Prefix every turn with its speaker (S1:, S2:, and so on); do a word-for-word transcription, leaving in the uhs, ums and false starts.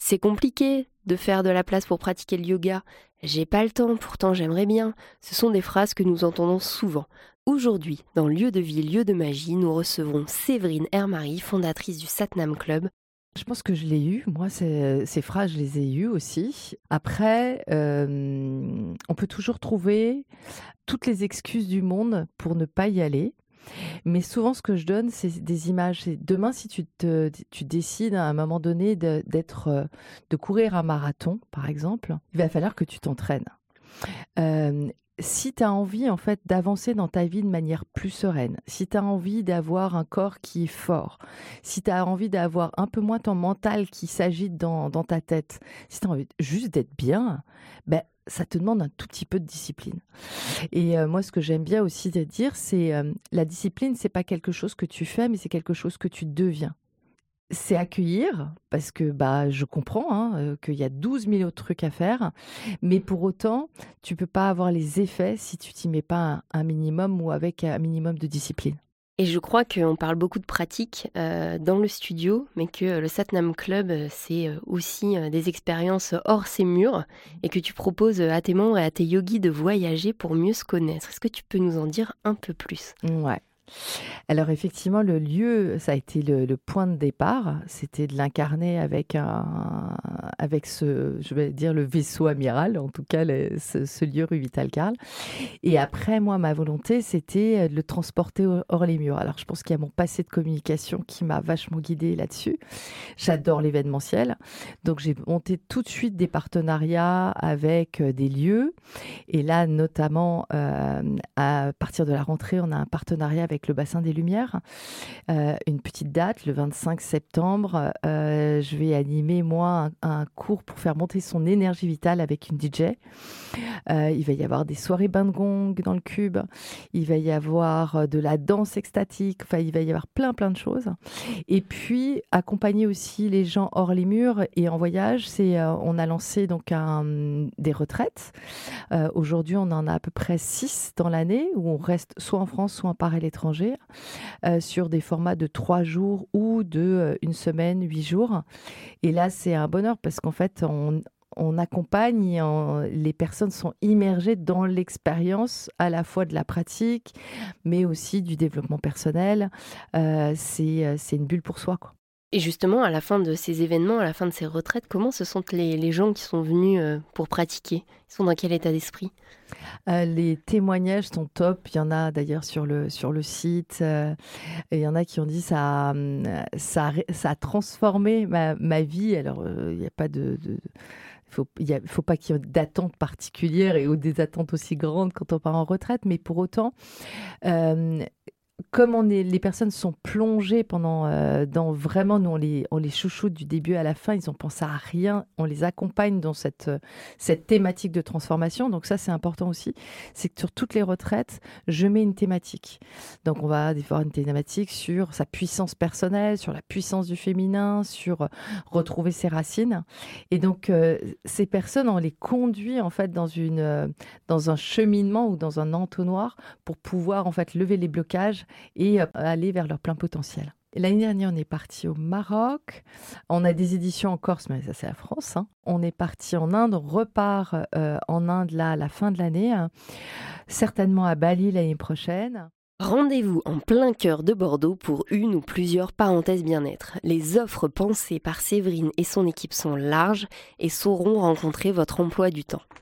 S1: C'est compliqué de faire de la place pour pratiquer le yoga. J'ai pas le temps, pourtant j'aimerais bien. Ce sont des phrases que nous entendons souvent. Aujourd'hui, dans Lieu de vie, lieu de magie, nous recevrons Séverine Hermary, fondatrice du Satnam Club.
S2: Je pense que je l'ai eu. Moi, ces, ces phrases, je les ai eues aussi. Après, euh, on peut toujours trouver toutes les excuses du monde pour ne pas y aller. Mais souvent, ce que je donne, c'est des images. C'est demain, si tu, te, tu décides à un moment donné de, d'être, de courir un marathon, par exemple, il va falloir que tu t'entraînes. Euh, si tu as envie, en fait, d'avancer dans ta vie de manière plus sereine, si tu as envie d'avoir un corps qui est fort, si tu as envie d'avoir un peu moins ton mental qui s'agite dans, dans ta tête, si tu as envie juste d'être bien, ben, ça te demande un tout petit peu de discipline. Et euh, moi, ce que j'aime bien aussi de dire, c'est euh, la discipline, c'est pas quelque chose que tu fais, mais c'est quelque chose que tu deviens. C'est accueillir, parce que bah, je comprends hein, euh, qu'il y a douze mille autres trucs à faire, mais pour autant, tu peux pas avoir les effets si tu t'y mets pas un, un minimum ou avec un minimum de discipline.
S1: Et je crois qu'on parle beaucoup de pratique euh, dans le studio, mais que le Satnam Club, c'est aussi des expériences hors ces murs et que tu proposes à tes membres et à tes yogis de voyager pour mieux se connaître. Est-ce que tu peux nous en dire un peu plus ?
S2: Ouais. Alors effectivement, le lieu, ça a été le, le point de départ. C'était de l'incarner avec un, avec ce, je vais dire le vaisseau amiral, en tout cas le, ce, ce lieu rue Vital-Carle. Et après, moi, ma volonté, c'était de le transporter hors les murs. Alors je pense qu'il y a mon passé de communication qui m'a vachement guidée là-dessus. J'adore l'événementiel, donc j'ai monté tout de suite des partenariats avec des lieux. Et là, notamment, euh, à partir de la rentrée, on a un partenariat avec avec le Bassin des Lumières. Euh, une petite date, le vingt-cinq septembre, euh, je vais animer, moi, un, un cours pour faire monter son énergie vitale avec une D J. Euh, il va y avoir des soirées bain de gong dans le cube. Il va y avoir de la danse extatique. Enfin, il va y avoir plein, plein de choses. Et puis, accompagner aussi les gens hors les murs et en voyage. C'est, euh, on a lancé donc un, des retraites. Euh, aujourd'hui, on en a à peu près six dans l'année où on reste soit en France, soit en part à l'étranger. Euh, sur des formats de trois jours ou de euh, une semaine, huit jours. Et là, c'est un bonheur parce qu'en fait, on, on accompagne, et on, les personnes sont immergées dans l'expérience à la fois de la pratique, mais aussi du développement personnel. Euh, c'est, c'est une bulle pour soi, quoi.
S1: Et justement, à la fin de ces événements, à la fin de ces retraites, comment se sentent les, les gens qui sont venus euh, pour pratiquer ? Ils sont dans quel état d'esprit ?
S2: Euh, les témoignages sont top. Il y en a d'ailleurs sur le, sur le site. Euh, et il y en a qui ont dit ça, ça, ça a transformé ma, ma vie. Alors, il euh, n'y a pas de... de... Il ne faut pas qu'il y ait d'attentes particulières et ou des attentes aussi grandes quand on part en retraite. Mais pour autant... Euh, Comme on est, les personnes sont plongées pendant, euh, dans vraiment, nous on les, on les chouchoute du début à la fin, ils ont pensé à rien, on les accompagne dans cette, cette thématique de transformation. Donc ça c'est important aussi, c'est que sur toutes les retraites, je mets une thématique. Donc on va avoir une thématique sur sa puissance personnelle, sur la puissance du féminin, sur retrouver ses racines. Et donc euh, ces personnes, on les conduit en fait dans, une, euh, dans un cheminement ou dans un entonnoir pour pouvoir en fait lever les blocages et aller vers leur plein potentiel. L'année dernière, on est parti au Maroc. On a des éditions en Corse, mais ça, c'est la France. Hein. On est parti en Inde. On repart euh, en Inde là, à la fin de l'année. Hein. Certainement à Bali l'année prochaine.
S1: Rendez-vous en plein cœur de Bordeaux pour une ou plusieurs parenthèses bien-être. Les offres pensées par Séverine et son équipe sont larges et sauront rencontrer votre emploi du temps.